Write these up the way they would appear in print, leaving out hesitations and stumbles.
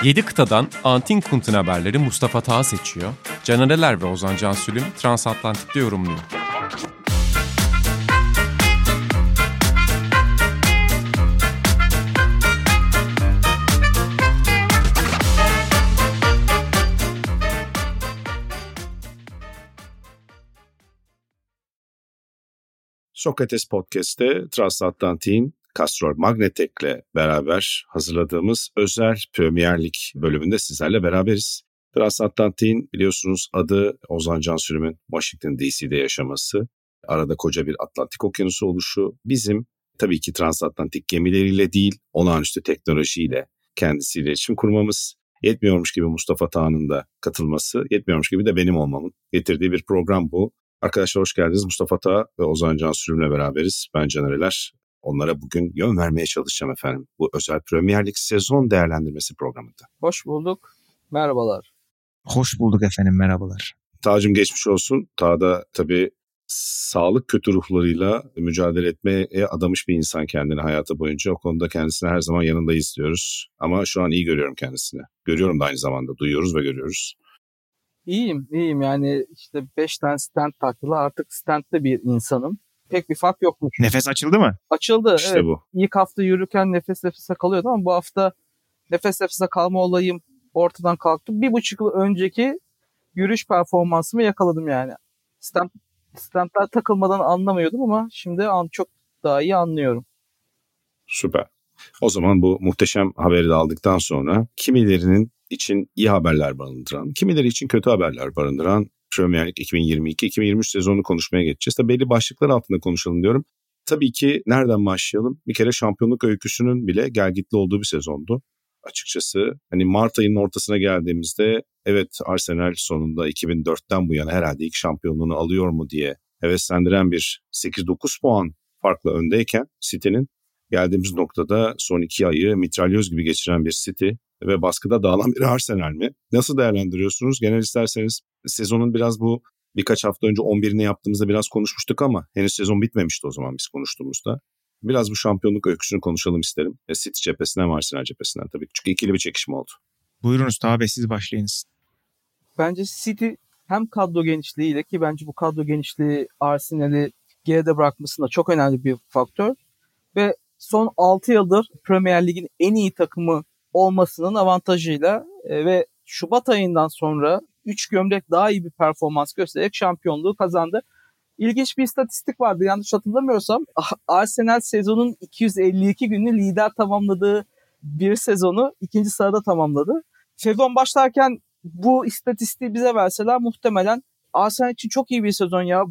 7 kıtadan Antin Kuntin haberleri Mustafa Taha seçiyor. Caner Eler ve Ozan Cansülüm Transatlantik'te yorumluyor. Sokrates Podcast'te Transatlantik'in Castrol Magnetek'le beraber hazırladığımız özel Premier Lig bölümünde sizlerle beraberiz. Transatlantik'in biliyorsunuz adı Ozan Cansülüm'ün Washington DC'de yaşaması, arada koca bir Atlantik Okyanusu oluşu, bizim tabii ki transatlantik gemileriyle değil, olağanüstü teknolojiyle kendisiyle iletişim kurmamız, yetmiyormuş gibi Mustafa Tağ'ın da katılması, yetmiyormuş gibi de benim olmamın getirdiği bir program bu. Arkadaşlar hoş geldiniz. Mustafa Tağ ve Ozan Cansülüm'le beraberiz. Ben Caner Eler. Onlara bugün yön vermeye çalışacağım efendim. Bu özel Premier Lig sezon değerlendirmesi programında. Hoş bulduk. Merhabalar. Hoş bulduk efendim. Merhabalar. Tağ'cığım geçmiş olsun. Tağ da tabii sağlık kötü ruhlarıyla mücadele etmeye adamış bir insan kendini hayatı boyunca. O konuda kendisine her zaman yanındayız diyoruz. Ama şu an iyi görüyorum kendisini. Görüyorum da aynı zamanda. Duyuyoruz ve görüyoruz. İyiyim. Yani işte 5 tane stent taktılar. Artık stentte bir insanım. Pek bir fark yokmuş. Nefes açıldı mı? Açıldı. İşte evet. bu. İlk hafta yürürken nefes nefese kalıyordu ama bu hafta nefes nefese kalma olayım ortadan kalktı. 1,5 yıl önceki yürüyüş performansımı yakaladım yani. Stentler takılmadan anlamıyordum ama şimdi çok daha iyi anlıyorum. Süper. O zaman bu muhteşem haberi de aldıktan sonra kimilerinin için iyi haberler barındıran, kimileri için kötü haberler barındıran Premier Lig 2022-2023 sezonunu konuşmaya geçeceğiz. Tabii belli başlıklar altında konuşalım diyorum. Tabii ki nereden başlayalım? Bir kere şampiyonluk öyküsünün bile gelgitli olduğu bir sezondu. Açıkçası hani Mart ayının ortasına geldiğimizde evet Arsenal sonunda 2004'ten bu yana herhalde ilk şampiyonluğunu alıyor mu diye heveslendiren bir 8-9 puan farklı öndeyken City'nin geldiğimiz noktada son 2 ayı mitralyöz gibi geçiren bir City ve baskıda dağılan bir Arsenal mi? Nasıl değerlendiriyorsunuz? Genel isterseniz sezonun biraz bu birkaç hafta önce 11'ini yaptığımızda biraz konuşmuştuk ama henüz sezon bitmemişti o zaman biz konuştuğumuzda. Biraz bu şampiyonluk öyküsünü konuşalım isterim. City cephesinden ve Arsenal cephesinden tabii. Çünkü ikili bir çekişme oldu. Buyurunuz Taha Bey, siz başlayınız. Bence City hem kadro genişliğiyle ki bence bu kadro genişliği Arsenal'i geride bırakmasında çok önemli bir faktör. Ve son 6 yıldır Premier Lig'in en iyi takımı olmasının avantajıyla ve Şubat ayından sonra 3 gömlek daha iyi bir performans göstererek şampiyonluğu kazandı. İlginç bir istatistik vardı yanlış hatırlamıyorsam. Arsenal sezonun 252 gününü lider tamamladığı bir sezonu 2. sırada tamamladı. Sezon başlarken bu istatistiği bize verseler muhtemelen Arsenal için çok iyi bir sezon ya.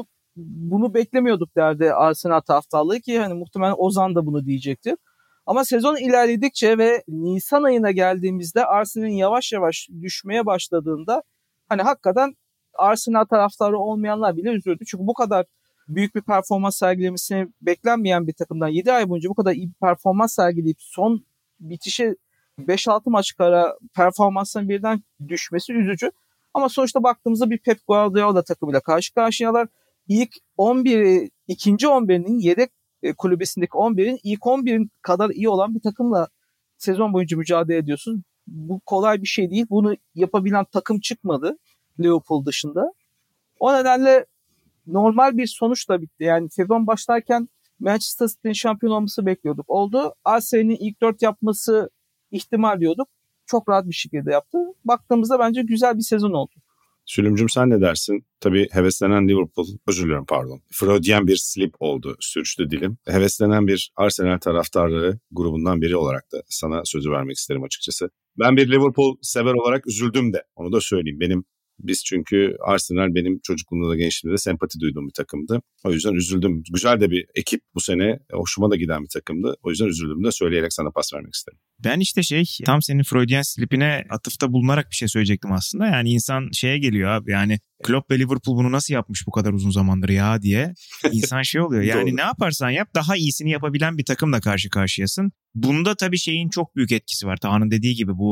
Bunu beklemiyorduk derdi Arsenal taraftarlığı ki hani muhtemelen Ozan da bunu diyecektir. Ama sezon ilerledikçe ve Nisan ayına geldiğimizde Arsenal'in yavaş yavaş düşmeye başladığında hani hakikaten Arsenal taraftarı olmayanlar bile üzüldü. Çünkü bu kadar büyük bir performans sergilemesini beklenmeyen bir takımdan 7 ay boyunca bu kadar iyi bir performans sergileyip son bitişe 5-6 maç kara performansının birden düşmesi üzücü. Ama sonuçta baktığımızda bir Pep Guardiola takımıyla karşı karşıyalar. İlk 11'i, ikinci 11'inin yedek kulübesindeki 11'in ilk 11'in kadar iyi olan bir takımla sezon boyunca mücadele ediyorsun. Bu kolay bir şey değil. Bunu yapabilen takım çıkmadı Liverpool dışında. O nedenle normal bir sonuçla bitti. Yani sezon başlarken Manchester City'nin şampiyon olması bekliyorduk. Oldu. Arsenal'in ilk 4 yapması ihtimal diyorduk. Çok rahat bir şekilde yaptı. Baktığımızda bence güzel bir sezon oldu. Sülümcüm sen ne dersin? Tabii heveslenen Liverpool, özür dilerim pardon. Freudian bir slip oldu, sürçtü dilim. Heveslenen bir Arsenal taraftarları grubundan biri olarak da sana sözü vermek isterim açıkçası. Ben bir Liverpool sever olarak üzüldüm de, onu da söyleyeyim. Biz çünkü Arsenal benim çocukluğumda da gençliğimde sempati duyduğum bir takımdı. O yüzden üzüldüm. Güzel de bir ekip bu sene. Hoşuma da giden bir takımdı. O yüzden üzüldüm de söyleyerek sana pas vermek isterim. Ben işte tam senin Freudian slip'ine atıfta bulunarak bir şey söyleyecektim aslında. Yani insan şeye geliyor abi, yani Klopp ve Liverpool bunu nasıl yapmış bu kadar uzun zamandır ya diye. İnsan oluyor. Yani ne yaparsan yap daha iyisini yapabilen bir takımla karşı karşıyasın. Bunda tabii şeyin çok büyük etkisi var. Taha'nın dediği gibi bu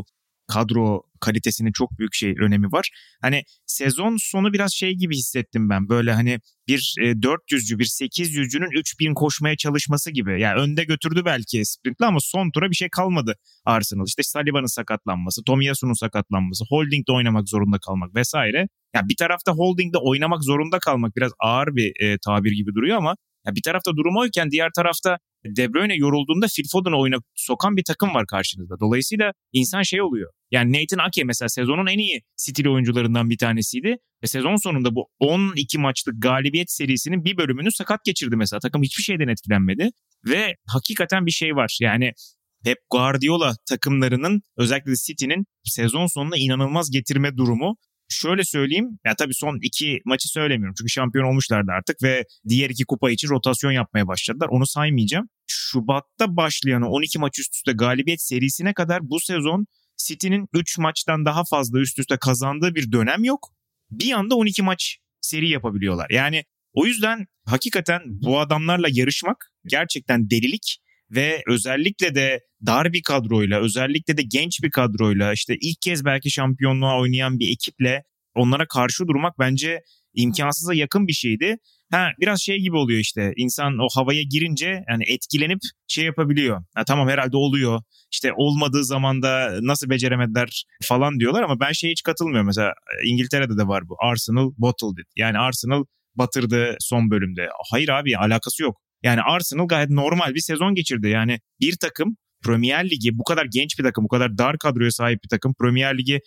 kadro kalitesinin çok büyük önemi var. Hani sezon sonu biraz gibi hissettim ben. Böyle hani bir 400'cü bir 800'cünün 3000 koşmaya çalışması gibi. Yani önde götürdü belki sprintle ama son tura bir şey kalmadı Arsenal. İşte Saliba'nın sakatlanması, Tomiyasu'nun sakatlanması, Holding'de oynamak zorunda kalmak vesaire. Ya bir tarafta Holding'de oynamak zorunda kalmak biraz ağır bir tabir gibi duruyor ama ya bir tarafta durum oyken diğer tarafta De Bruyne yorulduğunda Phil Foden'ı oyuna sokan bir takım var karşınızda. Dolayısıyla insan oluyor. Yani Nathan Ake mesela sezonun en iyi stili oyuncularından bir tanesiydi. Ve sezon sonunda bu 12 maçlık galibiyet serisinin bir bölümünü sakat geçirdi mesela. Takım hiçbir şeyden etkilenmedi. Ve hakikaten bir var. Yani Pep Guardiola takımlarının özellikle de City'nin sezon sonuna inanılmaz getirme durumu. Şöyle söyleyeyim, ya tabii son 2 maçı söylemiyorum çünkü şampiyon olmuşlardı artık ve diğer 2 kupa için rotasyon yapmaya başladılar. Onu saymayacağım. Şubat'ta başlayan 12 maç üst üste galibiyet serisine kadar bu sezon City'nin 3 maçtan daha fazla üst üste kazandığı bir dönem yok. Bir anda 12 maç seri yapabiliyorlar. Yani o yüzden hakikaten bu adamlarla yarışmak gerçekten delilik. Ve özellikle de dar bir kadroyla, özellikle de genç bir kadroyla, işte ilk kez belki şampiyonluğa oynayan bir ekiple onlara karşı durmak bence imkansıza yakın bir şeydi. Biraz gibi oluyor işte, insan o havaya girince yani etkilenip yapabiliyor. Tamam herhalde oluyor. İşte olmadığı zaman da nasıl beceremediler falan diyorlar ama ben hiç katılmıyorum. Mesela İngiltere'de de var bu. Arsenal bottled it. Yani Arsenal batırdı son bölümde. Hayır abi, alakası yok. Yani Arsenal gayet normal bir sezon geçirdi. Yani bir takım Premier Ligi, bu kadar genç bir takım, bu kadar dar kadroya sahip bir takım Premier Ligi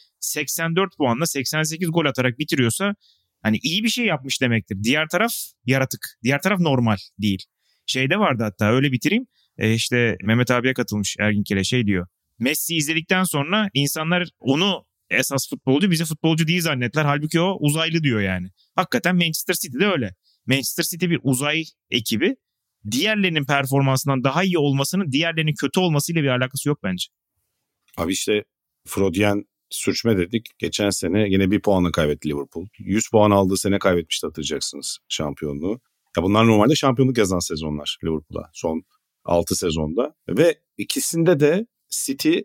84 puanla 88 gol atarak bitiriyorsa hani iyi bir şey yapmış demektir. Diğer taraf yaratık. Diğer taraf normal değil. De vardı hatta, öyle bitireyim. İşte Mehmet abiye katılmış Ergin Kele diyor. Messi izledikten sonra insanlar onu esas futbolcu, bizi futbolcu değil zannettiler. Halbuki o uzaylı diyor yani. Hakikaten Manchester City'de öyle. Manchester City bir uzay ekibi. Diğerlerinin performansından daha iyi olmasının diğerlerinin kötü olmasıyla bir alakası yok bence. Abi işte Freudian sürçme dedik. Geçen sene yine 1 puanla kaybetti Liverpool. 100 puan aldığı sene kaybetmişti, hatırlayacaksınız şampiyonluğu. Ya bunlar normalde şampiyonluk yazan sezonlar Liverpool'a son 6 sezonda. Ve ikisinde de City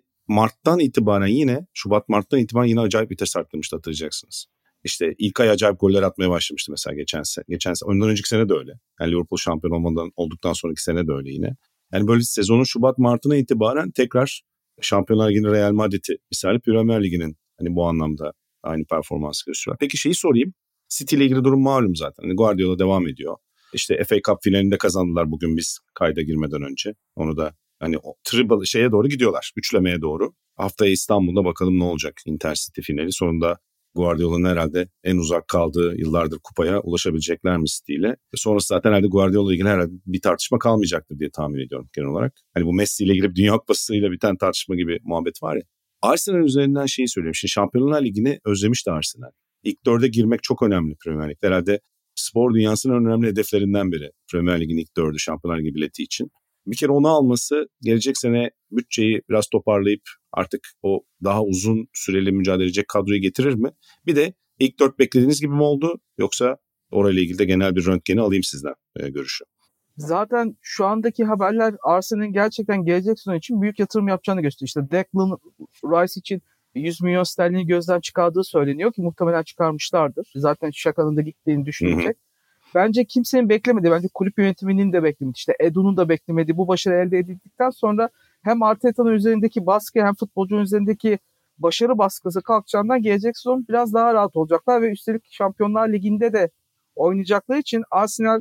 Şubat-Mart'tan itibaren yine acayip vites arttırmıştı, hatırlayacaksınız. İşte ilk ay acayip goller atmaya başlamıştı mesela geçen sene. Ondan önceki sene de öyle. Yani Liverpool şampiyon olduktan sonraki sene de öyle yine. Yani böyle sezonun Şubat-Mart'ına itibaren tekrar Şampiyonlar Ligi'nin Real Madrid'i misali Premier Ligi'nin hani bu anlamda aynı performans gösteriyor. Peki sorayım. City ile ilgili durum malum zaten. Hani Guardiola devam ediyor. İşte FA Cup finalinde kazandılar bugün biz kayda girmeden önce. Onu da hani o triple doğru gidiyorlar. Üçlemeye doğru. Haftaya İstanbul'da bakalım ne olacak Inter City finali. Sonunda Guardiola'nın herhalde en uzak kaldığı yıllardır kupaya ulaşabilecekler mi City ile? Sonrası zaten herhalde Guardiola ile ilgili herhalde bir tartışma kalmayacaktır diye tahmin ediyorum genel olarak. Hani bu Messi ile ilgili bir Dünya Kupası'yla biten tartışma gibi muhabbet var ya. Arsenal üzerinden söyleyeyim. Şimdi Şampiyonlar Ligi'ni özlemişti Arsenal. İlk 4'e girmek çok önemli Premier Lig'de. Herhalde spor dünyasının en önemli hedeflerinden biri. Premier Lig'in ilk 4'ü Şampiyonlar Ligi bileti için. Bir kere onu alması gelecek sene bütçeyi biraz toparlayıp artık o daha uzun süreli mücadele edecek kadroyu getirir mi? Bir de ilk 4 beklediğiniz gibi mi oldu? Yoksa orayla ilgili de genel bir röntgeni alayım sizden görüşü. Zaten şu andaki haberler Arsenal'in gerçekten gelecek sezon için büyük yatırım yapacağını gösteriyor. İşte Declan Rice için 100 milyon sterlini gözden çıkardığı söyleniyor ki muhtemelen çıkarmışlardır. Zaten şakanın da gittiğini düşünecek. Bence kimsenin beklemedi. Bence kulüp yönetiminin de beklemedi. İşte Edu'nun da beklemedi. Bu başarı elde edildikten sonra hem Arteta'nın üzerindeki baskı hem futbolcunun üzerindeki başarı baskısı kalkacağından gelecek sezon biraz daha rahat olacaklar ve üstelik Şampiyonlar Ligi'nde de oynayacakları için Arsenal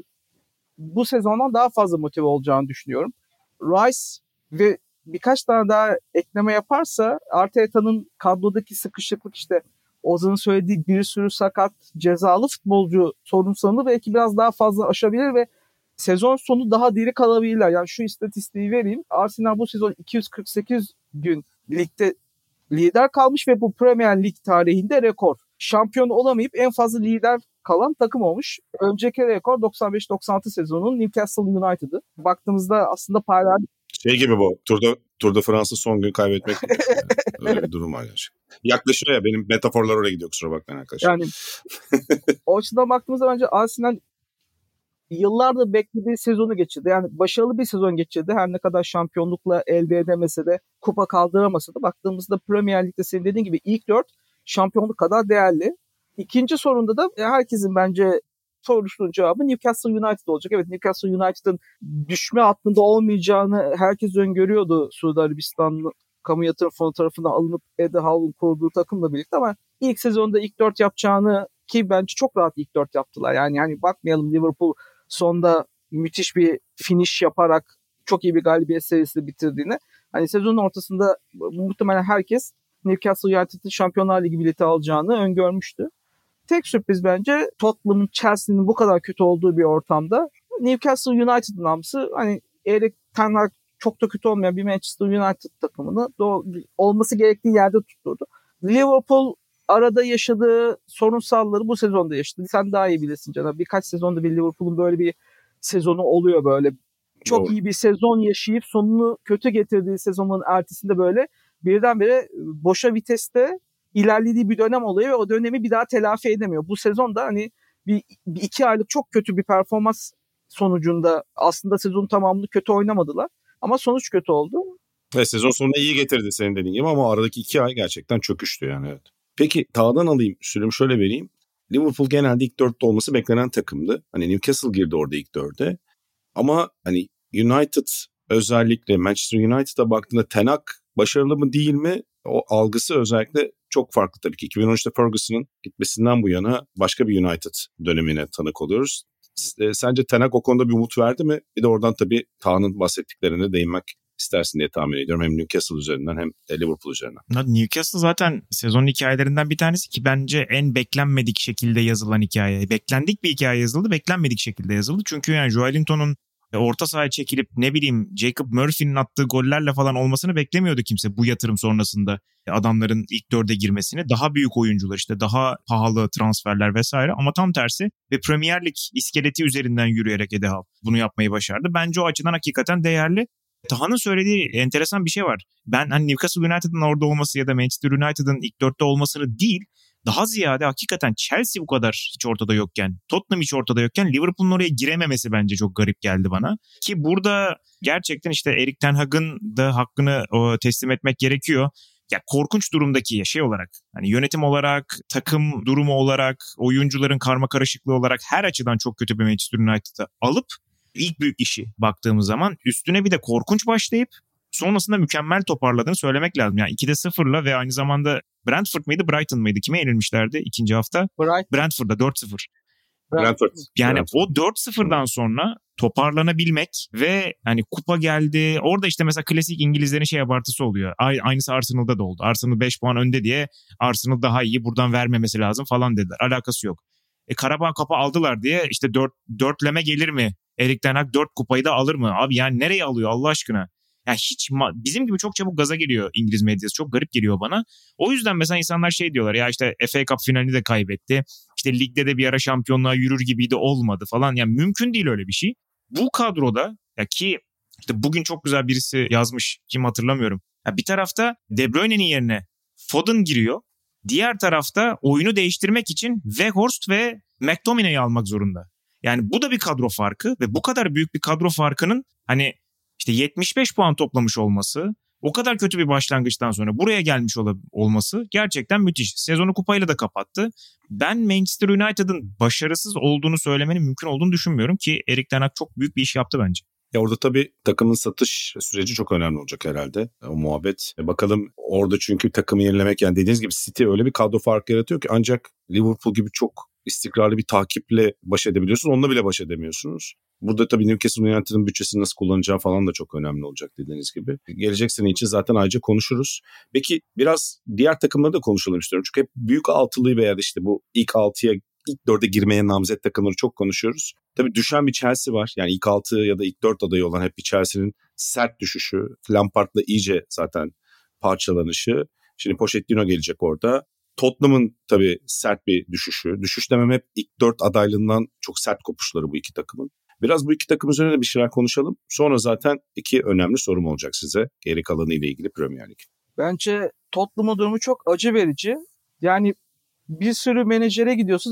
bu sezondan daha fazla motive olacağını düşünüyorum. Rice ve birkaç tane daha ekleme yaparsa Arteta'nın kadrodaki sıkışıklık, işte Ozan'ın söylediği bir sürü sakat, cezalı futbolcu sorunsalını belki biraz daha fazla aşabilir ve sezon sonu daha diri kalabilirler. Yani şu istatistiği vereyim. Arsenal bu sezon 248 gün ligde lider kalmış ve bu Premier Lig tarihinde rekor. Şampiyon olamayıp en fazla lider kalan takım olmuş. Önceki rekor 95-96 sezonunun Newcastle United'ı. Baktığımızda aslında paylar... Gibi bu. Tour de France'ı son gün kaybetmek. Öyle bir durum var. Yaklaşıyor ya, benim metaforlar oraya gidiyor, kusura bakmayın arkadaşlar. Yani o açıdan baktığımızda bence Arsenal yıllardır beklediği sezonu geçirdi. Yani başarılı bir sezon geçirdi. Her ne kadar şampiyonlukla elde edemese de, kupa kaldıramasa da, baktığımızda Premier Lig'de senin dediğin gibi ilk 4 şampiyonluk kadar değerli. İkinci sorunda da herkesin bence sorusunun cevabı Newcastle United olacak. Evet, Newcastle United'ın düşme hattında olmayacağını herkes öngörüyordu, Suudi Arabistan Kamu Yatırım Fonu tarafından alınıp Eddie Howe'ın kurduğu takımla birlikte, ama ilk sezonda ilk 4 yapacağını, ki bence çok rahat ilk 4 yaptılar. Yani bakmayalım Liverpool sonda müthiş bir finish yaparak çok iyi bir galibiyet serisi bitirdiğini. Hani sezonun ortasında muhtemelen herkes Newcastle United'ın Şampiyonlar Ligi bileti alacağını öngörmüştü. Tek sürpriz bence Tottenham'ın, Chelsea'nin bu kadar kötü olduğu bir ortamda Newcastle United'ın hamısı, hani Erik ten Hag çok da kötü olmayan bir Manchester United takımını olması gerektiği yerde tutturdu. Liverpool arada yaşadığı sorunsalları bu sezonda yaşadı. Sen daha iyi bilirsin canım. Birkaç sezonda bir Liverpool'un böyle bir sezonu oluyor böyle. Çok iyi bir sezon yaşayıp sonunu kötü getirdiği sezonun ertesinde böyle birdenbire boşa viteste ilerlediği bir dönem oluyor ve o dönemi bir daha telafi edemiyor. Bu sezon da hani bir 2 aylık çok kötü bir performans sonucunda aslında sezonun tamamını kötü oynamadılar. Ama sonuç kötü oldu. Ve sezon sonunda iyi getirdi senin dediğin gibi, ama aradaki 2 ay gerçekten çöküştü yani, evet. Peki tağdan alayım, sürüm şöyle vereyim. Liverpool genelde ilk 4'te olması beklenen takımdı. Hani Newcastle girdi orada ilk 4'e. Ama hani United, özellikle Manchester United'a baktığında Ten Hag başarılı mı değil mi? O algısı özellikle çok farklı tabii ki. 2013'te Ferguson'ın gitmesinden bu yana başka bir United dönemine tanık oluyoruz. Sence Ten Hag o konuda bir umut verdi mi? Bir de oradan tabii Tağ'ın bahsettiklerine değinmek istersin diye tahmin ediyorum. Hem Newcastle üzerinden hem Liverpool üzerinden. Newcastle zaten sezonun hikayelerinden bir tanesi ki bence en beklenmedik şekilde yazılan hikaye. Beklendik bir hikaye yazıldı, beklenmedik şekilde yazıldı. Çünkü yani Joelinton'un orta sahaya çekilip ne bileyim Jacob Murphy'nin attığı gollerle falan olmasını beklemiyordu kimse bu yatırım sonrasında. Adamların ilk 4'e girmesini, daha büyük oyuncular, işte daha pahalı transferler vesaire, ama tam tersi ve Premier Lig iskeleti üzerinden yürüyerek Eddie Howe bunu yapmayı başardı. Bence o açıdan hakikaten değerli. Taha'nın söylediği enteresan bir şey var. Ben hani Newcastle United'ın orada olması ya da Manchester United'ın ilk 4'te olmasını değil, daha ziyade hakikaten Chelsea bu kadar hiç ortada yokken, Tottenham hiç ortada yokken Liverpool'un oraya girememesi bence çok garip geldi bana. Ki burada gerçekten işte Erik ten Hag'ın da hakkını teslim etmek gerekiyor. Ya korkunç durumdaki şey olarak, hani yönetim olarak, takım durumu olarak, oyuncuların karma karışıklığı olarak her açıdan çok kötü bir Manchester United'ı alıp ilk büyük işi baktığımız zaman üstüne bir de korkunç başlayıp sonrasında mükemmel toparladığını söylemek lazım. Yani 2'de 0'la ve aynı zamanda Brentford mıydı, Brighton mıydı? Kime yenilmişlerdi ikinci hafta? Brentford'da 4-0. Brentford. Yani o 4-0'dan sonra toparlanabilmek ve hani kupa geldi. Orada işte mesela klasik İngilizlerin şey abartısı oluyor. Aynısı Arsenal'da da oldu. Arsenal 5 puan önde diye Arsenal daha iyi, buradan vermemesi lazım falan dediler. Alakası yok. Karabağ Cup'ı aldılar diye işte 4'leme gelir mi? Erik ten Hag 4 kupayı da alır mı? Abi yani nereye alıyor Allah aşkına? Ya hiç bizim gibi çok çabuk gaza geliyor İngiliz medyası. Çok garip geliyor bana. O yüzden mesela insanlar şey diyorlar ya, işte FA Cup finalini de kaybetti. İşte ligde de bir ara şampiyonluğa yürür gibiydi, olmadı falan. Yani mümkün değil öyle bir şey. Bu kadroda ya, ki işte bugün çok güzel birisi yazmış, kim hatırlamıyorum. Ya bir tarafta De Bruyne'nin yerine Foden giriyor. Diğer tarafta oyunu değiştirmek için Weghorst ve McTominay'ı almak zorunda. Yani bu da bir kadro farkı ve bu kadar büyük bir kadro farkının hani işte 75 puan toplamış olması, o kadar kötü bir başlangıçtan sonra buraya gelmiş olması gerçekten müthiş. Sezonu kupayla da kapattı. Ben Manchester United'ın başarısız olduğunu söylemenin mümkün olduğunu düşünmüyorum ki Erik ten Hag çok büyük bir iş yaptı bence. Ya orada tabii takımın satış süreci çok önemli olacak herhalde. O muhabbet. Bakalım orada, çünkü takımı yenilemek, yani dediğiniz gibi City öyle bir kadro farkı yaratıyor ki ancak Liverpool gibi çok istikrarlı bir takiple baş edebiliyorsunuz. Onunla bile baş edemiyorsunuz. Burada tabii Newcastle United'ın bütçesini nasıl kullanacağı falan da çok önemli olacak dediğiniz gibi. Gelecek sene için zaten ayrıca konuşuruz. Peki biraz diğer takımları da konuşalım istiyorum. Çünkü hep büyük altılıyı veya işte bu ilk 6'ya, ilk 4'e girmeye namzet takımları çok konuşuyoruz. Tabii düşen bir Chelsea var. Yani ilk 6 ya da ilk 4 adayı olan hep bir Chelsea'nin sert düşüşü. Lampard'la iyice zaten parçalanışı. Şimdi Pochettino gelecek orada. Tottenham'ın tabii sert bir düşüşü. Düşüş demem, hep ilk 4 adaylığından çok sert kopuşları bu iki takımın. Biraz bu iki takım üzerine de bir şeyler konuşalım. Sonra zaten 2 önemli sorum olacak size. Geri kalanı ile ilgili Premier Lig. Bence Tottenham'ın durumu çok acı verici. Yani bir sürü menajere gidiyorsunuz ve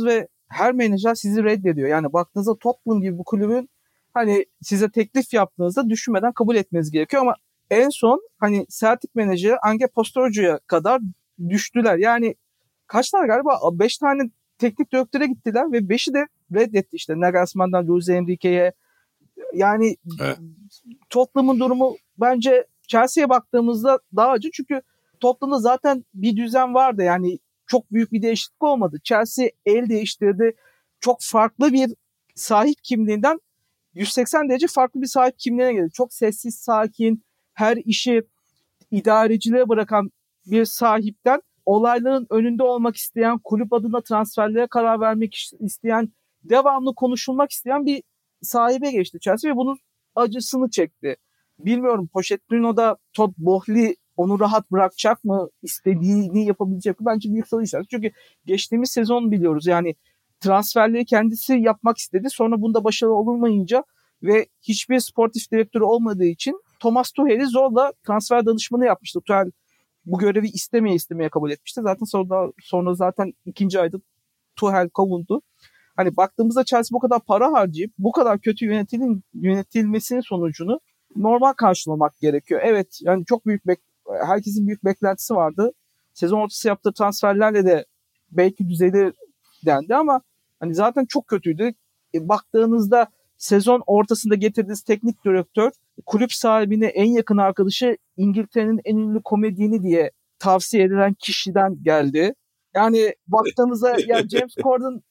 her menajer sizi reddediyor. Yani baktığınızda Tottenham gibi bu kulübün hani size teklif yaptığınızda düşünmeden kabul etmeniz gerekiyor ama en son hani Celtic menajeri Ange Postecoglou'ya kadar düştüler. Yani kaç tane galiba 5 tane teknik direktöre gittiler ve 5'i de reddetti işte. Nagelsmann'dan Luis Enrique'ye. Yani Evet. Tottenham'ın durumu bence Chelsea'ye baktığımızda daha acı çünkü Tottenham'da zaten bir düzen vardı. Yani çok büyük bir değişiklik olmadı. Chelsea el değiştirdi. Çok farklı bir sahip kimliğinden 180 derece farklı bir sahip kimliğine geldi. Çok sessiz, sakin, her işi idareciliğe bırakan bir sahipten olayların önünde olmak isteyen, kulüp adına transferlere karar vermek isteyen, devamlı konuşulmak isteyen bir sahibe geçti Chelsea ve bunun acısını çekti. Bilmiyorum Pochettino da Todd Boehly onu rahat bırakacak mı? İstediğini yapabilecek mi? Bence büyük soru işareti. Çünkü geçtiğimiz sezon biliyoruz yani transferleri kendisi yapmak istedi. Sonra bunda başarılı olmayınca ve hiçbir sportif direktörü olmadığı için Thomas Tuchel'i zorla transfer danışmanı yapmıştı. Tuchel bu görevi istemeye kabul etmişti. Zaten sonra zaten ikinci ayda Tuchel kovuldu. Hani baktığımızda Chelsea bu kadar para harcayıp bu kadar kötü yönetilmesinin sonucunu normal karşılamak gerekiyor. Evet yani çok büyük herkesin büyük beklentisi vardı. Sezon ortası yaptığı transferlerle de belki düzelir dendi ama hani zaten çok kötüydü. Baktığınızda sezon ortasında getirdiğiniz teknik direktör kulüp sahibine en yakın arkadaşı İngiltere'nin en ünlü komedyeni diye tavsiye edilen kişiden geldi. Yani baktığımızda ya James Corden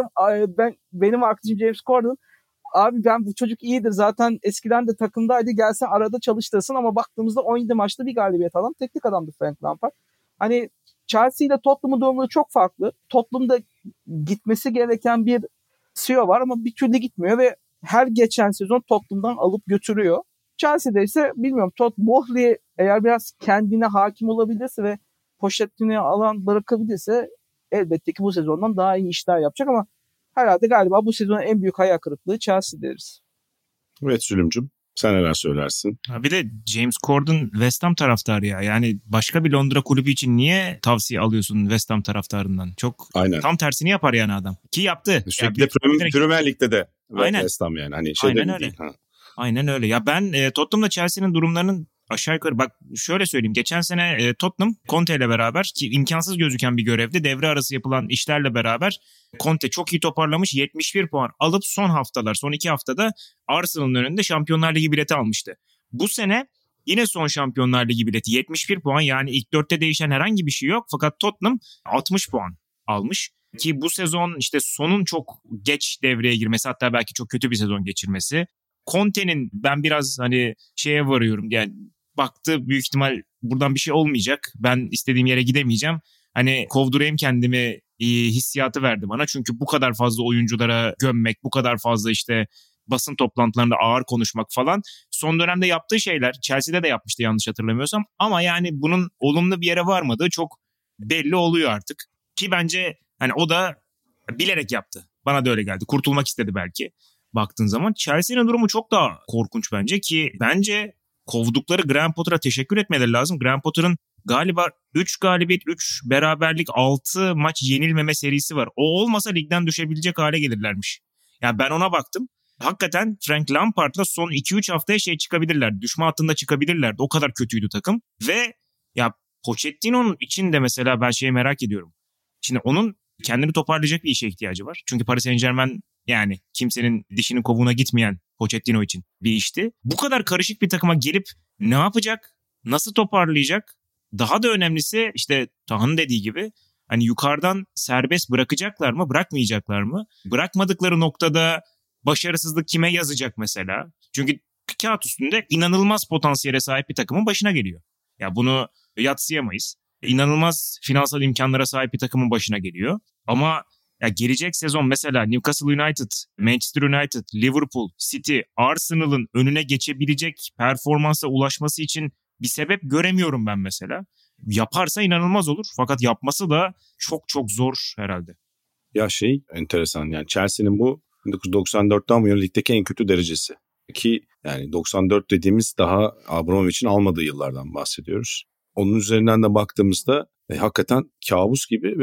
benim arkadaşım James Corden abi ben bu çocuk iyidir zaten eskiden de takımdaydı gelsen arada çalıştırsın ama baktığımızda 17 maçta bir galibiyet alan teknik adamdı Frank Lampard. Hani Chelsea ile Tottenham'ın durumları çok farklı. Tottenham'da gitmesi gereken bir CEO var ama bir türlü gitmiyor ve her geçen sezon Tottenham'dan alıp götürüyor. Chelsea'de ise bilmiyorum Todd Boehly eğer biraz kendine hakim olabilirse ve Pochettino'ya alan bırakabilirse elbette ki bu sezondan daha iyi işler yapacak ama herhalde galiba bu sezonun en büyük hayal kırıklığı Chelsea deriz. Evet Sülümcüm, sen neler söylersin? Bir de James Corden West Ham taraftarı ya. Yani başka bir Londra kulübü için niye tavsiye alıyorsun West Ham taraftarından? Çok Aynen. Tam tersini yapar yani adam. Ki yaptı. Sürekli Premier Lig'de de West Ham yani. Hani Aynen öyle. Değil, Aynen öyle. Ya ben Tottenham'la Chelsea'nin durumlarının aşağı yukarı bak şöyle söyleyeyim. Geçen sene Tottenham Conte ile beraber ki imkansız gözüken bir görevde devre arası yapılan işlerle beraber Conte çok iyi toparlamış 71 puan alıp son 2 haftada Arsenal'ın önünde Şampiyonlar Ligi bileti almıştı. Bu sene yine son Şampiyonlar Ligi bileti 71 puan yani ilk 4'te değişen herhangi bir şey yok fakat Tottenham 60 puan almış. Ki bu sezon işte sonun çok geç devreye girmesi hatta belki çok kötü bir sezon geçirmesi. Conte'nin ben biraz hani şeye varıyorum yani baktı büyük ihtimal buradan bir şey olmayacak. Ben istediğim yere gidemeyeceğim. Hani kovdurayım kendimi hissiyatı verdi bana. Çünkü bu kadar fazla oyunculara gömmek, bu kadar fazla işte basın toplantılarında ağır konuşmak falan. Son dönemde yaptığı şeyler Chelsea'de de yapmıştı yanlış hatırlamıyorsam. Ama yani bunun olumlu bir yere varmadığı çok belli oluyor artık. Ki bence hani o da bilerek yaptı. Bana da öyle geldi. Kurtulmak istedi belki. Baktığın zaman Chelsea'nin durumu çok daha korkunç bence ki bence kovdukları Graham Potter'a teşekkür etmeleri lazım. Graham Potter'ın galiba 3 galibiyet, 3 beraberlik, 6 maç yenilmeme serisi var. O olmasa ligden düşebilecek hale gelirlermiş. Yani ben ona baktım. Hakikaten Frank Lampard'la son 2-3 haftaya çıkabilirler. Düşme hattında çıkabilirlerdi. O kadar kötüydü takım. Ve ya Pochettino'nun için de mesela ben şeyi merak ediyorum. Şimdi onun kendini toparlayacak bir işe ihtiyacı var. Çünkü Paris Saint-Germain yani kimsenin dişinin kovuğuna gitmeyen Pochettino için bir işti. Bu kadar karışık bir takıma gelip ne yapacak? Nasıl toparlayacak? Daha da önemlisi işte Taha'nın dediği gibi hani yukarıdan serbest bırakacaklar mı? Bırakmayacaklar mı? Bırakmadıkları noktada başarısızlık kime yazacak mesela? Çünkü kağıt üstünde inanılmaz potansiyele sahip bir takımın başına geliyor. Ya bunu yadsıyamayız. İnanılmaz finansal imkanlara sahip bir takımın başına geliyor. Ama ya gelecek sezon mesela Newcastle United, Manchester United, Liverpool, City, Arsenal'ın önüne geçebilecek performansa ulaşması için bir sebep göremiyorum ben mesela. Yaparsa inanılmaz olur fakat yapması da çok çok zor herhalde. Ya enteresan yani Chelsea'nin bu 1994'ten bu yana ligdeki en kötü derecesi. Ki yani 94 dediğimiz daha Abramovich'in almadığı yıllardan bahsediyoruz. Onun üzerinden de baktığımızda hakikaten kabus gibi ve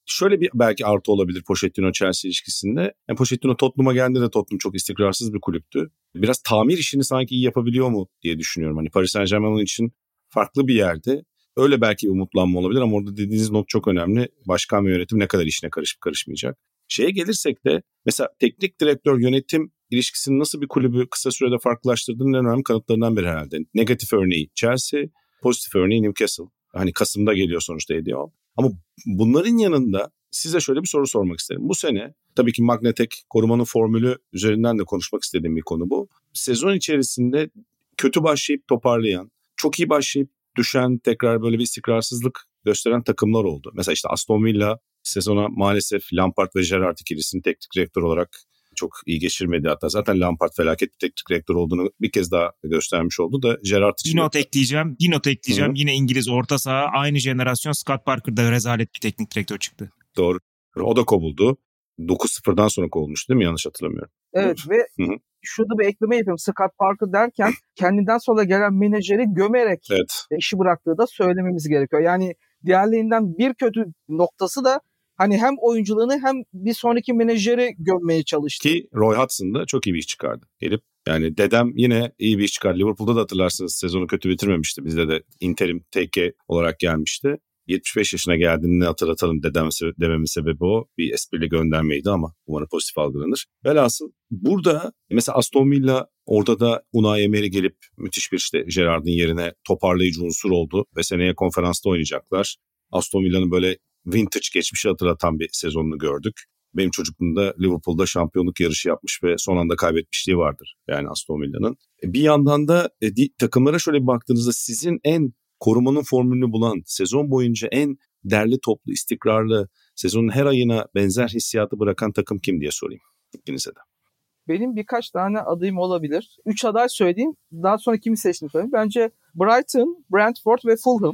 Şöyle bir belki artı olabilir Pochettino-Chelsea ilişkisinde. Yani Pochettino Tottenham'a geldiğinde de Tottenham çok istikrarsız bir kulüptü. Biraz tamir işini sanki iyi yapabiliyor mu diye düşünüyorum. Hani Paris Saint-Germain onun için farklı bir yerde. Öyle belki bir umutlanma olabilir ama orada dediğiniz not çok önemli. Başkan ve yönetim ne kadar işine karışıp karışmayacak. Şeye gelirsek de mesela teknik direktör yönetim ilişkisinin nasıl bir kulübü kısa sürede farklılaştırdığının en önemli kanıtlarından biri herhalde. Negatif örneği Chelsea, pozitif örneği Newcastle. Hani Kasım'da geliyor sonuçta ediyor. Ama bunların yanında size şöyle bir soru sormak isterim. Bu sene tabii ki Magnetek korumanın formülü üzerinden de konuşmak istediğim bir konu bu. Sezon içerisinde kötü başlayıp toparlayan, çok iyi başlayıp düşen, tekrar böyle bir istikrarsızlık gösteren takımlar oldu. Mesela işte Aston Villa sezona maalesef Lampard ve Gerrard ikilisini teknik direktör olarak çok iyi geçirmedi. Hatta zaten Lampard felaket bir teknik direktör olduğunu bir kez daha göstermiş oldu da Gerrard için. Bir not ekleyeceğim. Hı-hı. Yine İngiliz orta saha aynı jenerasyon Scott Parker'da rezalet bir teknik direktör çıktı. Doğru. O da kovuldu. 9-0'dan sonra kovulmuş değil mi? Yanlış hatırlamıyorum. Evet ve Hı-hı. şurada bir ekleme yapayım. Scott Parker derken kendinden sonra gelen menajeri gömerek işi bıraktığı da söylememiz gerekiyor. Yani diğerlerinden bir kötü noktası da hani hem oyuncularını hem bir sonraki menajeri gömmeye çalıştı. Ki Roy Hodgson da çok iyi bir iş çıkardı. Gelip yani dedem yine iyi bir iş çıkardı. Liverpool'da da hatırlarsınız sezonu kötü bitirmemişti. Bizde de interim TK olarak gelmişti. 75 yaşına geldiğini hatırlatalım dememin sebebi o. Bir espriyle göndermeydi ama umarım pozitif algılanır. Velhasıl burada mesela Aston Villa orada da Unai Emery gelip müthiş bir işte Gerrard'ın yerine toparlayıcı unsur oldu. Ve seneye konferansta oynayacaklar. Aston Villa'nın böyle vintage geçmişi hatırlatan bir sezonunu gördük. Benim çocukluğumda Liverpool'da şampiyonluk yarışı yapmış ve son anda kaybetmişliği vardır. Yani Aston Villa'nın. Bir yandan da takımlara şöyle bir baktığınızda sizin en korumanın formülünü bulan, sezon boyunca en derli toplu, istikrarlı, sezonun her ayına benzer hissiyatı bırakan takım kim diye sorayım ikinize de. Benim birkaç tane adayım olabilir. 3 aday söyleyeyim. Daha sonra kimi seçtiğimi söyleyeyim. Bence Brighton, Brentford ve Fulham.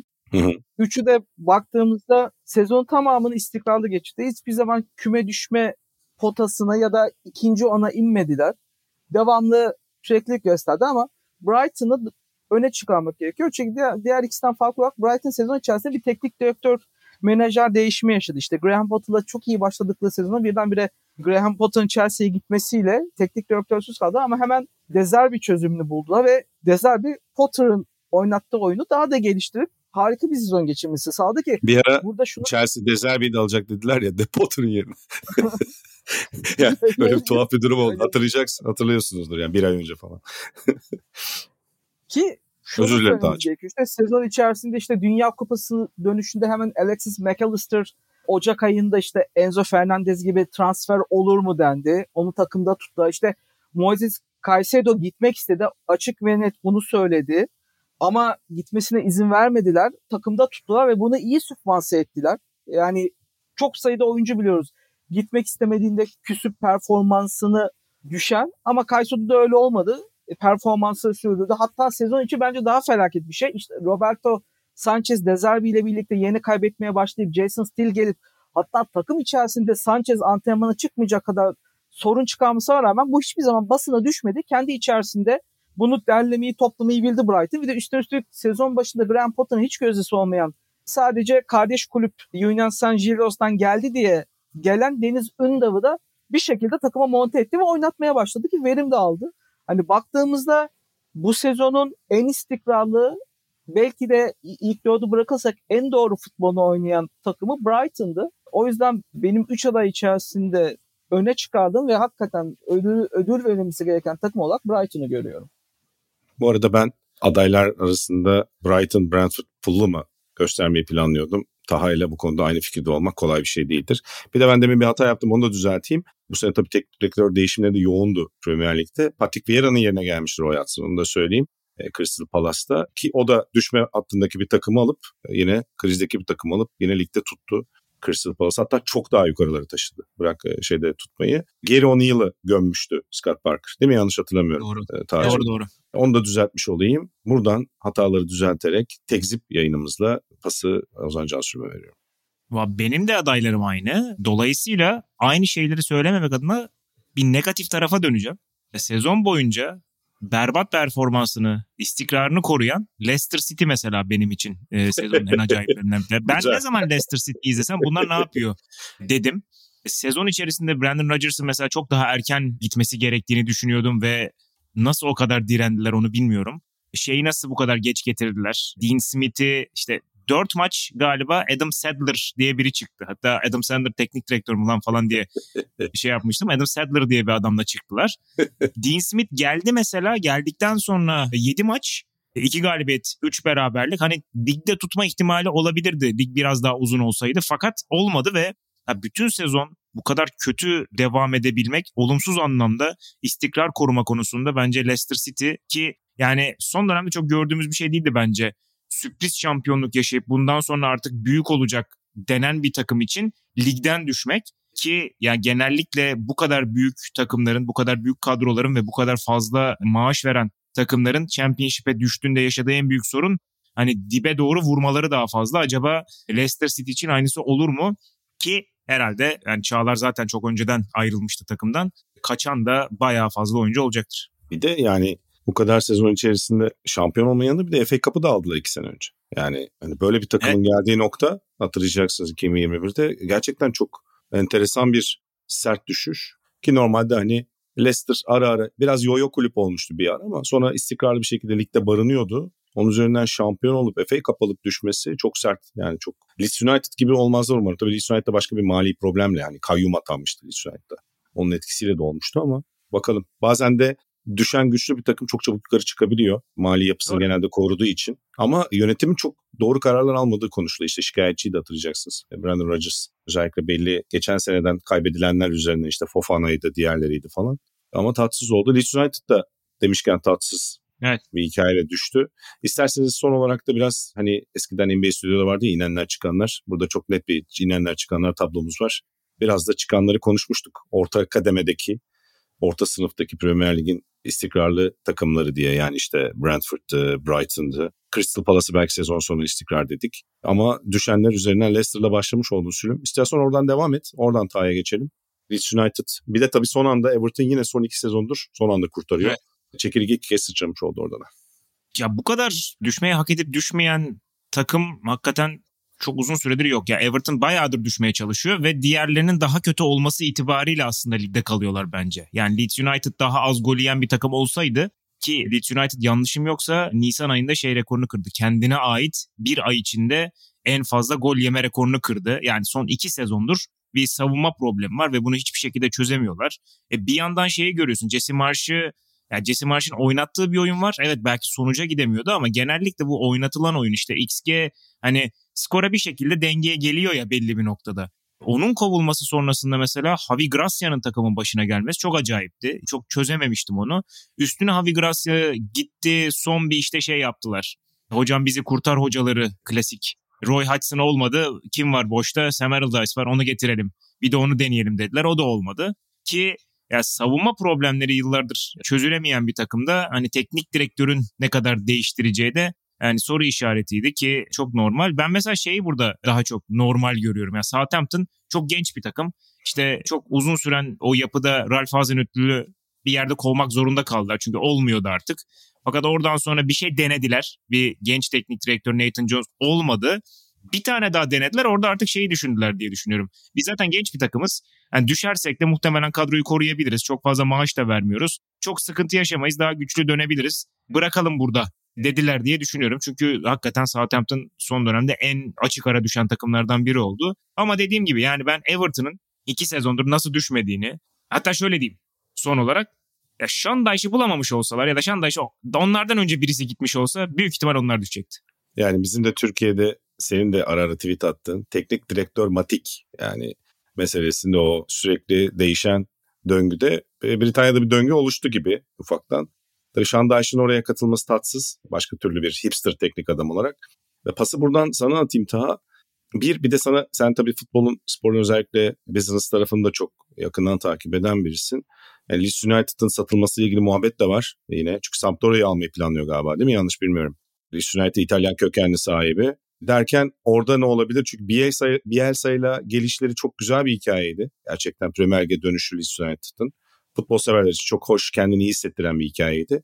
Üçü de baktığımızda sezon tamamını istikrarlı geçti. Hiçbir zaman küme düşme potasına ya da ikinci ona inmediler. Devamlı süreklilik gösterdi ama Brighton'ı öne çıkarmak gerekiyor. Çünkü diğer ikisinden farklı olarak Brighton sezon içerisinde bir teknik direktör menajer değişimi yaşadı. İşte Graham Potter'la çok iyi başladıkları sezonu birdenbire Graham Potter'ın Chelsea'ye gitmesiyle teknik direktörsüz kaldı ama hemen De Zerbi çözümünü buldular ve De Zerbi Potter'ın oynattığı oyunu daha da geliştirip harika bir sezon geçirmesi sağladı ki. Bir ara burada Chelsea De Zerbi'yi de alacak dediler ya De Potter'ın yerine. Yani böyle bir tuhaf bir durum oldu. Hatırlıyorsunuzdur yani bir ay önce falan. Ki özür dilerim daha önce. İşte sezon içerisinde işte Dünya Kupası dönüşünde hemen Alexis McAllister Ocak ayında işte Enzo Fernandez gibi transfer olur mu dendi. Onu takımda tuttu. İşte Moises Caicedo gitmek istedi. Açık ve net bunu söyledi. Ama gitmesine izin vermediler. Takımda tuttular ve bunu iyi sübvanse ettiler. Yani çok sayıda oyuncu biliyoruz. Gitmek istemediğinde küsüp performansını düşen ama Caicedo'da öyle olmadı. Performansı sürdürdü. Hatta sezon içi bence daha felaket bir şey. İşte Roberto Sanchez De Zerbi ile birlikte yeni kaybetmeye başlayıp Jason Steele gelip hatta takım içerisinde Sanchez antrenmana çıkmayacak kadar sorun çıkarmasına rağmen bu hiçbir zaman basına düşmedi. Kendi içerisinde bunu derlemeyi, toplamayı bildi Brighton. Bir de üstelik sezon başında Graham Potter'ın hiç gözdesi olmayan sadece kardeş kulüp Union San Gilos'tan geldi diye gelen Deniz Ündav'ı da bir şekilde takıma monte etti ve oynatmaya başladı ki verim de aldı. Hani baktığımızda bu sezonun en istikrarlı belki de ilk dördü bırakırsak en doğru futbolunu oynayan takımı Brighton'dı. O yüzden benim 3 aday içerisinde öne çıkardığım ve hakikaten ödül verilmesi gereken takım olarak Brighton'ı görüyorum. Bu arada ben adaylar arasında Brighton, Brentford, Fulham'ı göstermeyi planlıyordum. Taha ile bu konuda aynı fikirde olmak kolay bir şey değildir. Bir de ben demin bir hata yaptım, onu da düzelteyim. Bu sene tabii teknik direktör değişimleri de yoğundu Premier Lig'de. Patrick Vieira'nın yerine gelmişti Roy Hodgson, onu da söyleyeyim. Crystal Palace'ta ki o da düşme hattındaki bir takımı alıp yine krizdeki bir takımı alıp yine ligde tuttu. Crystal Palace hatta çok daha yukarıları taşıdı. Bırak şeyde tutmayı. Gary O'Neill'ı gömmüştü Scott Parker. Değil mi? Yanlış hatırlamıyorum. Doğru. Onu da düzeltmiş olayım. Buradan hataları düzelterek Tekzip yayınımızla pası Ozan Cansu'ya veriyorum. Benim de adaylarım aynı. Dolayısıyla aynı şeyleri söylememek adına bir negatif tarafa döneceğim. Sezon boyunca berbat performansını, istikrarını koruyan Leicester City mesela benim için sezonun en acayiplerinden. Ben ne zaman Leicester City izlesem bunlar ne yapıyor dedim. Sezon içerisinde Brendan Rodgers'ın mesela çok daha erken gitmesi gerektiğini düşünüyordum ve nasıl o kadar direndiler onu bilmiyorum. Şeyi nasıl bu kadar geç getirdiler? Dean Smith'i işte 4 maç galiba Adam Sadler diye biri çıktı. Hatta Adam Sadler teknik direktör mü lan falan diye şey yapmıştım. Adam Sadler diye bir adamla çıktılar. Dean Smith geldi mesela. Geldikten sonra 7 maç, 2 galibiyet, 3 beraberlik. Hani ligde tutma ihtimali olabilirdi. Lig biraz daha uzun olsaydı. Fakat olmadı ve bütün sezon bu kadar kötü devam edebilmek olumsuz anlamda istikrar koruma konusunda bence Leicester City ki yani son dönemde çok gördüğümüz bir şey değildi bence. Sürpriz şampiyonluk yaşayıp bundan sonra artık büyük olacak denen bir takım için ligden düşmek ki yani genellikle bu kadar büyük takımların, bu kadar büyük kadroların ve bu kadar fazla maaş veren takımların Championship'e düştüğünde yaşadığı en büyük sorun hani dibe doğru vurmaları daha fazla. Acaba Leicester City için aynısı olur mu? Ki herhalde yani Çağlar zaten çok önceden ayrılmıştı takımdan. Kaçan da bayağı fazla oyuncu olacaktır. Bir de yani bu kadar sezon içerisinde şampiyon olmayan yanında bir de FA Cup'ı da aldılar 2 sene önce. Yani hani böyle bir takımın geldiği nokta hatırlayacaksınız 2021'de gerçekten çok enteresan bir sert düşüş. Ki normalde hani Leicester ara ara biraz yo-yo kulüp olmuştu bir ara ama sonra istikrarlı bir şekilde ligde barınıyordu. Onun üzerinden şampiyon olup FA Cup alıp düşmesi çok sert. Yani çok Leeds United gibi olmazlar umarım. Tabii Leeds United'da başka bir mali problemle yani kayyum atanmıştı Leeds United'da. Onun etkisiyle de olmuştu ama bakalım. Bazen de düşen güçlü bir takım çok çabuk yukarı çıkabiliyor. Mali yapısını genelde koruduğu için. Ama yönetimin çok doğru kararlar almadığı konuşuluyor. İşte şikayetçiyi de hatırlayacaksınız. Brandon Rodgers özellikle belli geçen seneden kaybedilenler üzerinden işte Fofana'ydı, diğerleriydi falan. Ama tatsız oldu. Leeds United da demişken tatsız bir hikayeyle düştü. İsterseniz son olarak da biraz hani eskiden NBA stüdyoda vardı ya inenler çıkanlar. Burada çok net bir inenler çıkanlar tablomuz var. Biraz da çıkanları konuşmuştuk. Orta kademedeki, orta sınıftaki Premier Lig'in istikrarlı takımları diye. Yani işte Brentford'dı, Brighton'dı. Crystal Palace'ı belki sezon sonu istikrar dedik. Ama düşenler üzerinden Leicester'la başlamış olduğu sürüm. İstersen oradan devam et. Oradan Ta'ya geçelim. Leeds United. Bir de tabii son anda Everton yine son 2 sezondur son anda kurtarıyor. Evet. Çekirge 2 kez sıçramış oldu orada da. Ya bu kadar düşmeye hak edip düşmeyen takım hakikaten çok uzun süredir yok. Ya Everton bayağıdır düşmeye çalışıyor ve diğerlerinin daha kötü olması itibariyle aslında ligde kalıyorlar bence. Yani Leeds United daha az gol yiyen bir takım olsaydı ki Leeds United yanlışım yoksa Nisan ayında rekorunu kırdı. Kendine ait bir ay içinde en fazla gol yeme rekorunu kırdı. Yani son 2 sezondur bir savunma problemi var ve bunu hiçbir şekilde çözemiyorlar. Bir yandan görüyorsun Jesse Marsh'ın oynattığı bir oyun var. Evet belki sonuca gidemiyordu ama genellikle bu oynatılan oyun işte XG hani skora bir şekilde dengeye geliyor ya belli bir noktada. Onun kovulması sonrasında mesela Javi Gracia'nın takımın başına gelmesi çok acayipti. Çok çözememiştim onu. Üstüne Javi Gracia gitti son bir yaptılar. Hocam bizi kurtar hocaları klasik. Roy Hodgson olmadı. Kim var boşta? Sam Allardyce var onu getirelim. Bir de onu deneyelim dediler. O da olmadı. Ki ya savunma problemleri yıllardır çözülemeyen bir takımda hani teknik direktörün ne kadar değiştireceği de yani soru işaretiydi ki çok normal. Ben mesela burada daha çok normal görüyorum. Yani Southampton çok genç bir takım. İşte çok uzun süren o yapıda Ralph Hasenhüttl'ü bir yerde kovmak zorunda kaldılar. Çünkü olmuyordu artık. Fakat oradan sonra bir şey denediler. Bir genç teknik direktör Nathan Jones olmadı. Bir tane daha denediler. Orada artık düşündüler diye düşünüyorum. Biz zaten genç bir takımız. Yani düşersek de muhtemelen kadroyu koruyabiliriz. Çok fazla maaş da vermiyoruz. Çok sıkıntı yaşamayız. Daha güçlü dönebiliriz. Bırakalım burada dediler diye düşünüyorum. Çünkü hakikaten Southampton son dönemde en açık ara düşen takımlardan biri oldu. Ama dediğim gibi yani ben Everton'ın 2 sezondur nasıl düşmediğini, hatta şöyle diyeyim son olarak, ya Sean Dyche'ı bulamamış olsalar ya da Sean Dyche onlardan önce birisi gitmiş olsa büyük ihtimal onlar düşecekti. Yani bizim de Türkiye'de senin de ara ara tweet attığın teknik direktör matik yani meselesinde o sürekli değişen döngüde Britanya'da bir döngü oluştu gibi ufaktan. Tabii Sean Dyche'ın oraya katılması tatsız. Başka türlü bir hipster teknik adam olarak. Ve pası buradan sana atayım Taha. Bir de sana sen tabii sporun özellikle business tarafını da çok yakından takip eden birisin. Yani Leeds United'ın satılmasıyla ilgili muhabbet de var yine. Çünkü Sampdoria'yı almayı planlıyor galiba değil mi? Yanlış bilmiyorum. Leeds United İtalyan kökenli sahibi. Derken orada ne olabilir? Çünkü Bielsa'yla gelişleri çok güzel bir hikayeydi. Gerçekten Premier Lig'e dönüşü Leeds United'ın. Futbol severler için çok hoş, kendini iyi hissettiren bir hikayeydi.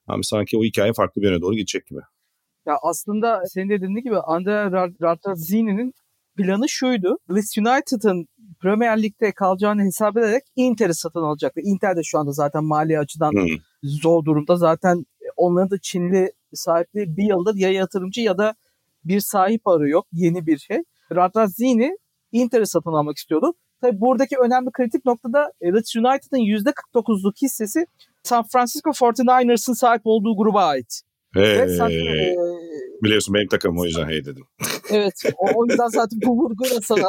Ama sanki o hikaye farklı bir yöne doğru gidecek gibi. Ya aslında senin de dediğin gibi Andrea Radrizzini'nin planı şuydu. Leeds United'ın Premier Lig'de kalacağını hesap ederek Inter'i satın alacaktı. Inter de şu anda zaten mali açıdan zor durumda. Zaten onların da Çinli sahipliği bir yıldır ya yatırımcı ya da bir sahip arıyor. Yeni bir şey. Radrizzini Inter'i satın almak istiyordu. Tabii buradaki önemli kritik noktada Leeds United'ın %49'luk hissesi San Francisco 49ers'ın sahip olduğu gruba ait. Biliyorsun benim takımım, o yüzden hey dedim. Evet, o yüzden zaten bu vurguyla sana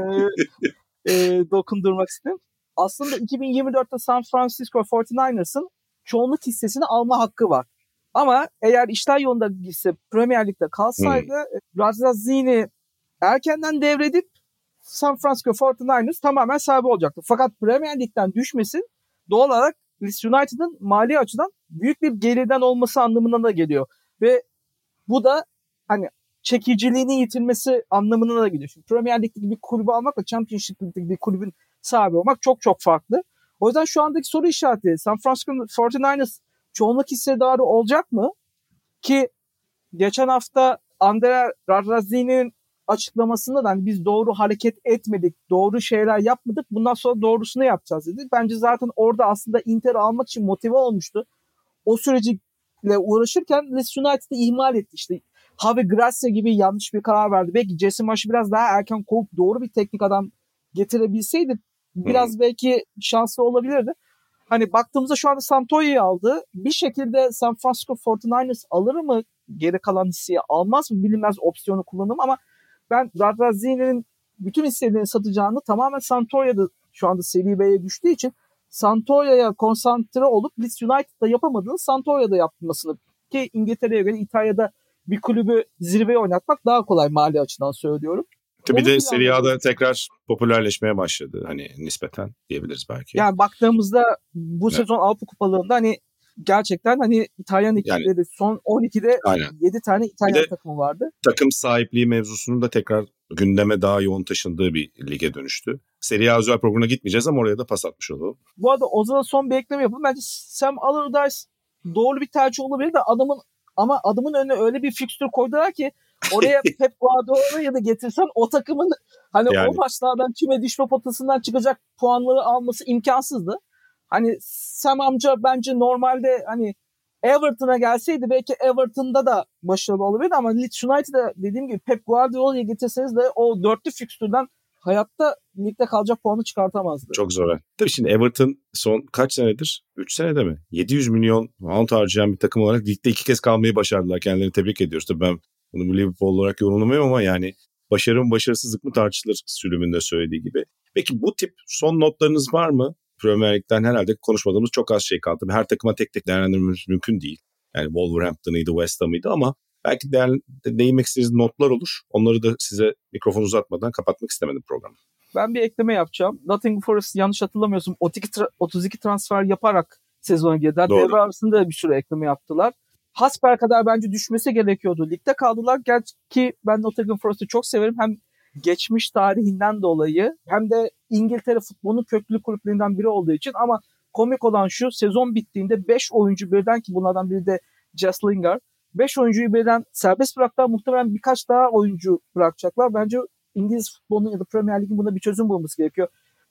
dokundurmak istedim. Aslında 2024'te San Francisco 49ers'ın çoğunluk hissesini alma hakkı var. Ama eğer işler yolunda gitse, Premier Lig'de kalsaydı Radrizzini erkenden devredip San Francisco 49ers tamamen sahibi olacaktı. Fakat Premier Lig'den düşmesi doğal olarak Leeds United'ın mali açıdan büyük bir geriden olması anlamına da geliyor. Ve bu da hani çekiciliğini yitirmesi anlamına da geliyor. Şimdi Premier Lig'deki bir kulübü almakla Championship Lig'deki bir kulübün sahibi olmak çok çok farklı. O yüzden şu andaki soru işareti San Francisco 49ers çoğunluk hissedarı olacak mı? Ki geçen hafta Andrea Radrizzini'nin açıklamasında da hani biz doğru hareket etmedik, doğru şeyler yapmadık, bundan sonra doğrusunu yapacağız dedi. Bence zaten orada aslında Inter'i almak için motive olmuştu. O süreciyle uğraşırken Leeds United'ı ihmal etti. İşte Javi Gracia gibi yanlış bir karar verdi. Belki Jesse Marsh'ı biraz daha erken kovup doğru bir teknik adam getirebilseydi biraz belki şanslı olabilirdi. Hani baktığımızda şu anda Santoya'yı aldı. Bir şekilde San Francisco 49ers alır mı? Geri kalan hisseyi almaz mı? Bilinmez, opsiyonu kullanım ama ben Radrizzini'nin bütün hisselerini satacağını, tamamen Santoya'da şu anda Serie B'ye düştüğü için Santoya'ya konsantre olup Leeds United'da yapamadığını Santoya'da yapmasını, ki İngiltere'ye göre İtalya'da bir kulübü zirveye oynatmak daha kolay mali açıdan söylüyorum. Tabii de Serie A'da tekrar popülerleşmeye başladı hani nispeten diyebiliriz belki. Yani baktığımızda bu sezon Avrupa Kupalarında hani gerçekten hani İtalyan ekipleri yani, son 12'de 7 tane İtalyan takımı vardı. Takım sahipliği mevzusunun da tekrar gündeme daha yoğun taşındığı bir lige dönüştü. Serie A özel programına gitmeyeceğiz ama oraya da pas atmış olalım. Bu arada Ozan'a son bir ekleme yapalım. Bence Sam Allardyce doğru bir tercih olabilir de adamın önüne öyle bir fikstür koydular ki oraya Pep Guardiola'yı da getirsen o takımın hani yani, o maçlardan küme düşme potasından çıkacak puanları alması imkansızdı. Hani Sam amca bence normalde hani Everton'a gelseydi belki Everton'da da başarılı olabilirdi ama Leeds United'a dediğim gibi Pep Guardiola'yı getirseniz de o dörtlü fikstürden hayatta ligde kalacak puanı çıkartamazdı. Çok zor. Tabii şimdi Everton son kaç senedir? 3 senede mi? 700 milyon pound harcayan bir takım olarak ligde 2 kez kalmayı başardılar. Kendilerini tebrik ediyoruz. Tabii ben bunu Liverpool olarak yorumlamıyorum ama yani başarı mı başarısızlık mı tartışılır sülümünde söylediği gibi. Peki bu tip son notlarınız var mı? Premier Lig'den herhalde konuşmadığımız çok az şey kaldı. Her takıma tek tek değerlendirmemiz mümkün değil. Yani Wolverhampton'ıydı, West Ham'ıydı ama belki değinmek istediğiniz notlar olur. Onları da size mikrofon uzatmadan kapatmak istemedim programı. Ben bir ekleme yapacağım. Nottingham Forest yanlış hatırlamıyorsam 32 transfer yaparak sezona girdiler. Devre arasında bir sürü ekleme yaptılar. Hasper kadar bence düşmesi gerekiyordu. Ligde kaldılar. Gerçi ben Nottingham Forest'ı çok severim. Hem geçmiş tarihinden dolayı hem de İngiltere futbolunun köklü kulüplerinden biri olduğu için ama komik olan şu, sezon bittiğinde 5 oyuncu birden, ki bunlardan biri de Jess Lingard, 5 oyuncuyu birden serbest bıraktılar. Muhtemelen birkaç daha oyuncu bırakacaklar. Bence İngiliz futbolunun ya da Premier Lig'in buna bir çözüm bulması gerekiyor.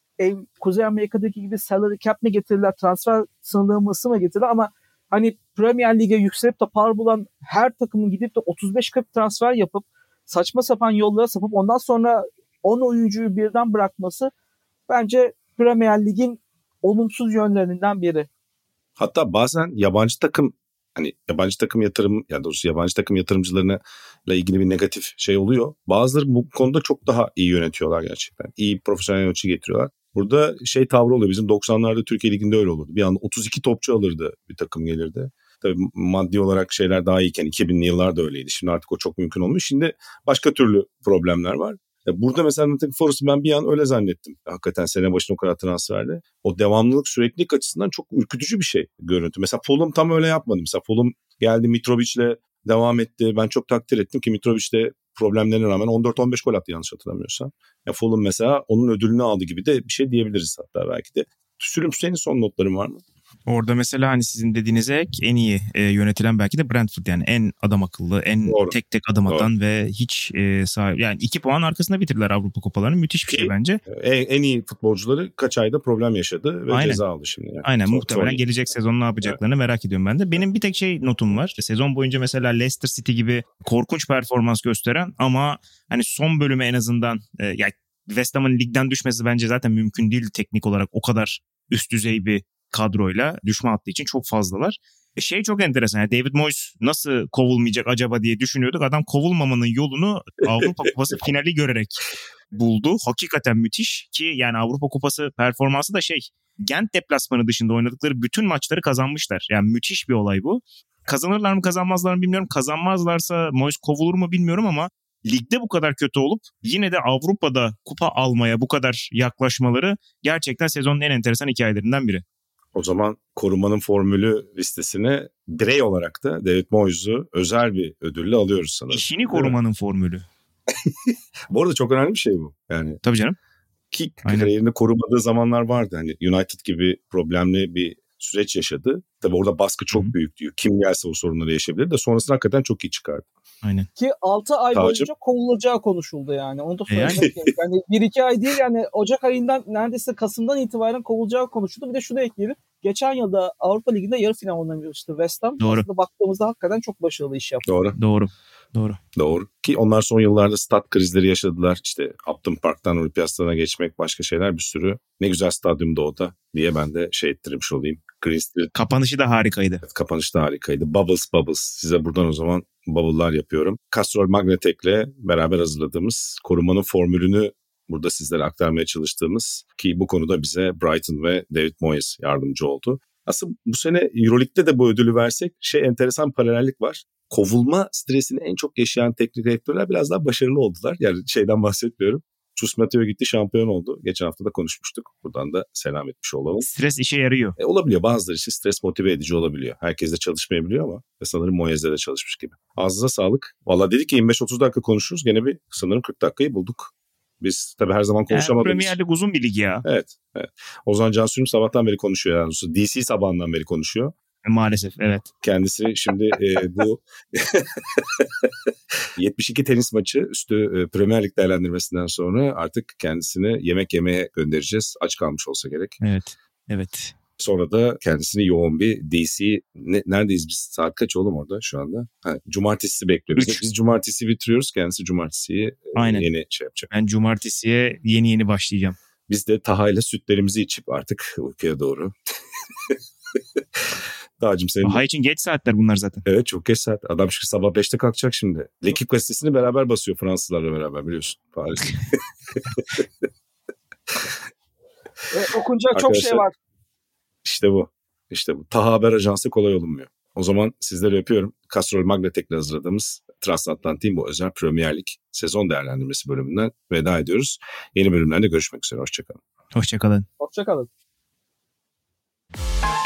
Kuzey Amerika'daki gibi salary cap mi getirirler, transfer sınırlaması mı getirirler ama hani Premier Lig'e yükselip de par bulan her takımın gidip de 35-40 transfer yapıp saçma sapan yollara sapıp ondan sonra 10 oyuncuyu birden bırakması bence Premier Lig'in olumsuz yönlerinden biri. Hatta bazen yabancı takım yatırım, ya doğrusu yabancı takım yatırımcılarına ile ilgili bir negatif şey oluyor. Bazıları bu konuda çok daha iyi yönetiyorlar gerçekten. İyi profesyonel yönetici getiriyorlar. Burada tavrı oluyor. Bizim 90'larda Türkiye Ligi'nde öyle olurdu. Bir anda 32 topçu alırdı bir takım gelirdi. Tabii maddi olarak şeyler daha iyiyken 2000'li yıllarda öyleydi. Şimdi artık o çok mümkün olmuş. Şimdi başka türlü problemler var. Burada mesela Nottingham Forest'ı ben bir an öyle zannettim. Hakikaten sene başına o kadar transferde. O devamlılık, süreklilik açısından çok ürkütücü bir şey görüntü. Mesela Fulham tam öyle yapmadı. Mesela Fulham geldi Mitrovic'le devam etti. Ben çok takdir ettim ki Mitrovic de problemlerine rağmen 14-15 gol attı yanlış hatırlamıyorsam. Ya Fulham mesela onun ödülünü aldı gibi de bir şey diyebiliriz hatta belki de. Sülüm, senin son notların var mı? Orada mesela hani sizin dediğinize ek en iyi yönetilen belki de Brentford, yani en adam akıllı, en Doğru. tek adım atan ve hiç yani 2 puan arkasında bitirdiler Avrupa kupalarını. Müthiş bir şey bence. En iyi futbolcuları kaç ayda problem yaşadı ve ceza aldı şimdi. Yani. Aynen, muhtemelen gelecek sezon ne yapacaklarını merak ediyorum ben de. Benim bir tek notum var. Sezon boyunca mesela Leicester City gibi korkunç performans gösteren ama hani son bölüme en azından yani West Ham'ın ligden düşmesi bence zaten mümkün değil teknik olarak, o kadar üst düzey bir kadroyla düşme hattı için çok fazlalar. Çok enteresan. Yani David Moyes nasıl kovulmayacak acaba diye düşünüyorduk. Adam kovulmamanın yolunu Avrupa Kupası finali görerek buldu. Hakikaten müthiş ki yani Avrupa Kupası performansı da Gent deplasmanı dışında oynadıkları bütün maçları kazanmışlar. Yani müthiş bir olay bu. Kazanırlar mı kazanmazlar mı bilmiyorum. Kazanmazlarsa Moyes kovulur mu bilmiyorum ama ligde bu kadar kötü olup yine de Avrupa'da kupa almaya bu kadar yaklaşmaları gerçekten sezonun en enteresan hikayelerinden biri. O zaman korumanın formülü listesine birey olarak da David Moyes'u özel bir ödülle alıyoruz sanırım. İşini korumanın formülü. Bu arada çok önemli bir şey bu. Yani tabii canım. Ki kariyerinde korumadığı zamanlar vardı. Hani United gibi problemli bir süreç yaşadı. Tabii orada baskı çok büyük diyor. Kim gelse o sorunları yaşayabilir de sonrasında hakikaten çok iyi çıkardı. Aynen. Ki 6 ay boyunca kovulacağı konuşuldu yani. Onu da söylemek gerekiyor. Yani 1-2 ay değil yani Ocak ayından neredeyse Kasım'dan itibaren kovulacağı konuşuldu. Bir de şunu ekleyelim. Geçen yılda Avrupa Ligi'nde yarı final oynamıştı West Ham. Doğru. Aslında baktığımızda hakikaten çok başarılı iş yaptı. Doğru. Ki onlar son yıllarda stat krizleri yaşadılar. İşte Upton Park'tan Olimpiyat Stadı'na geçmek, başka şeyler bir sürü. Ne güzel stadyumda o da diye ben de ettirmiş olayım. Green Street. Kapanışı da harikaydı. Evet, kapanışı da harikaydı. Bubbles. Size buradan o zaman bubble'lar yapıyorum. Castrol Magnetek'le beraber hazırladığımız korumanın formülünü burada sizlere aktarmaya çalıştığımız, ki bu konuda bize Brighton ve David Moyes yardımcı oldu. Aslında bu sene Euroleague'de de bu ödülü versek enteresan paralellik var. Kovulma stresini en çok yaşayan teknik direktörler biraz daha başarılı oldular. Yani bahsetmiyorum. Chus Mateo gitti, şampiyon oldu. Geçen hafta da konuşmuştuk. Buradan da selam etmiş olalım. Stres işe yarıyor. Olabiliyor. Bazıları için stres motive edici olabiliyor. Herkes de çalışmayabiliyor ama sanırım Moyes'de de çalışmış gibi. Ağzınıza sağlık. Valla dedik ki 25-30 dakika konuşuruz. Gene sanırım 40 dakikayı bulduk. Biz tabii her zaman konuşamadığımız. Premier Lig uzun bir lig ya. Evet. Ozan Cansürüm sabahtan beri konuşuyor. Yani DC sabahından beri konuşuyor. Maalesef evet. Kendisi şimdi bu 72 tenis maçı üstü Premier Lig değerlendirmesinden sonra artık kendisini yemek yemeye göndereceğiz. Aç kalmış olsa gerek. Evet. Sonra da kendisini yoğun bir DC... Neredeyiz biz? Saat kaç oğlum orada şu anda? Cumartesi bekliyoruz. Biz cumartesi bitiriyoruz. Kendisi cumartesiyi yeni yapacak. Ben cumartesiye yeni başlayacağım. Biz de Taha'yla sütlerimizi içip artık uykuya doğru. Dağcım senin... Taha için geç saatler bunlar zaten. Evet, çok geç saat. Adam şu sabah 5'te kalkacak şimdi. L'Equipe gazetesini beraber basıyor Fransızlarla beraber, biliyorsun. Paris. Okunacak çok şey var. İşte bu. Taha Haber Ajansı kolay olunmuyor. O zaman sizleri öpüyorum. Castrol Magnetek'le hazırladığımız Transatlantik'in bu özel Premier Lig sezon değerlendirmesi bölümünden veda ediyoruz. Yeni bölümlerde görüşmek üzere. Hoşçakalın. Hoşçakalın. Hoşçakalın.